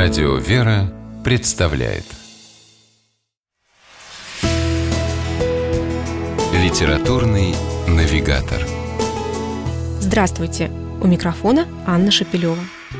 Радио «Вера» представляет Литературный навигатор. Здравствуйте! У микрофона Анна Шапилева.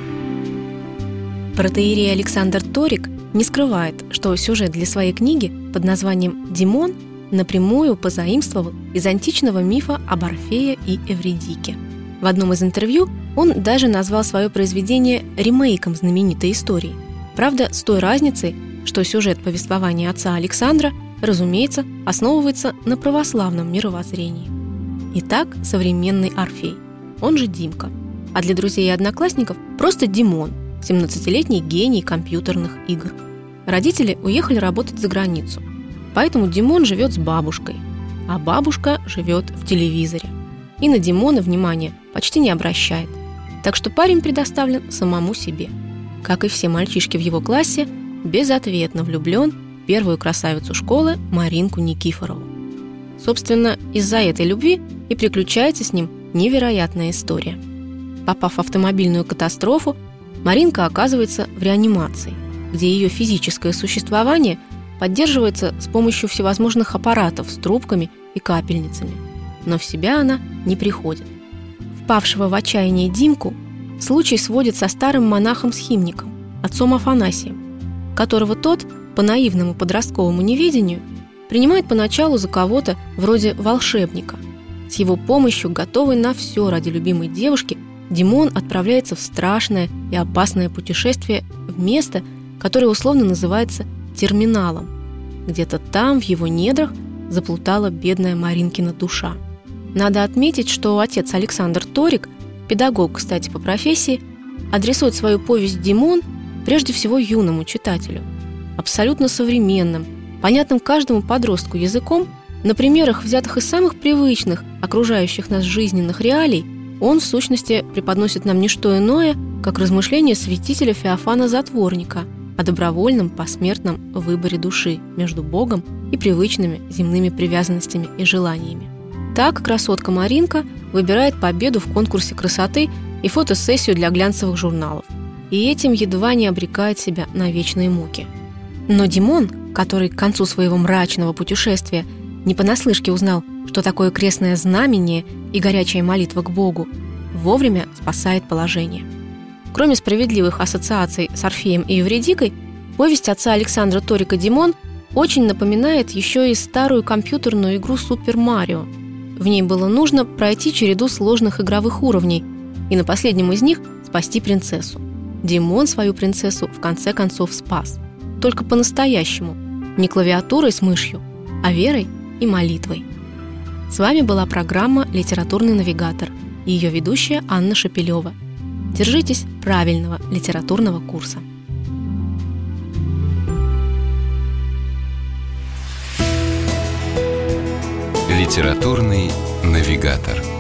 Протоиерей Александр Торик не скрывает, что сюжет для своей книги под названием «Димон» напрямую позаимствовал из античного мифа об Орфее и Эвридике. В одном из интервью он даже назвал свое произведение ремейком знаменитой истории. Правда, с той разницей, что сюжет повествования отца Александра, разумеется, основывается на православном мировоззрении. Итак, современный Орфей, он же Димка, а для друзей и одноклассников просто Димон, 17-летний гений компьютерных игр. Родители уехали работать за границу, поэтому Димон живет с бабушкой, а бабушка живет в телевизоре. И на Димона внимание почти не обращает, так что парень предоставлен самому себе. Как и все мальчишки в его классе, безответно влюблен в первую красавицу школы Маринку Никифорову. Собственно, из-за этой любви и приключается с ним невероятная история. Попав в автомобильную катастрофу, Маринка оказывается в реанимации, где ее физическое существование поддерживается с помощью всевозможных аппаратов с трубками и капельницами. Но в себя она не приходит. Впавшего в отчаяние Димку случай сводит со старым монахом-схимником, отцом Афанасием, которого тот, по наивному подростковому неведению, принимает поначалу за кого-то вроде волшебника. С его помощью, готовый на все ради любимой девушки, Димон отправляется в страшное и опасное путешествие в место, которое условно называется терминалом. Где-то там, в его недрах, заплутала бедная Маринкина душа. Надо отметить, что отец Александр Торик, педагог, кстати, по профессии, адресует свою повесть «Димон» прежде всего юному читателю, абсолютно современным, понятным каждому подростку языком, на примерах, взятых из самых привычных, окружающих нас жизненных реалий, он, в сущности, преподносит нам не что иное, как размышления святителя Феофана Затворника о добровольном посмертном выборе души между Богом и привычными земными привязанностями и желаниями. Так красотка Маринка выбирает победу в конкурсе красоты и фотосессию для глянцевых журналов, и этим едва не обрекает себя на вечные муки. Но Димон, который к концу своего мрачного путешествия не понаслышке узнал, что такое крестное знамение и горячая молитва к Богу, вовремя спасает положение. Кроме справедливых ассоциаций с Орфеем и Эвридикой, повесть отца Александра Торика «Димон» очень напоминает еще и старую компьютерную игру «Супер Марио». В ней было нужно пройти череду сложных игровых уровней и на последнем из них спасти принцессу. Димон свою принцессу в конце концов спас. Только по-настоящему. Не клавиатурой с мышью, а верой и молитвой. С вами была программа «Литературный навигатор» и ее ведущая Анна Шапилева. Держитесь правильного литературного курса. Литературный навигатор.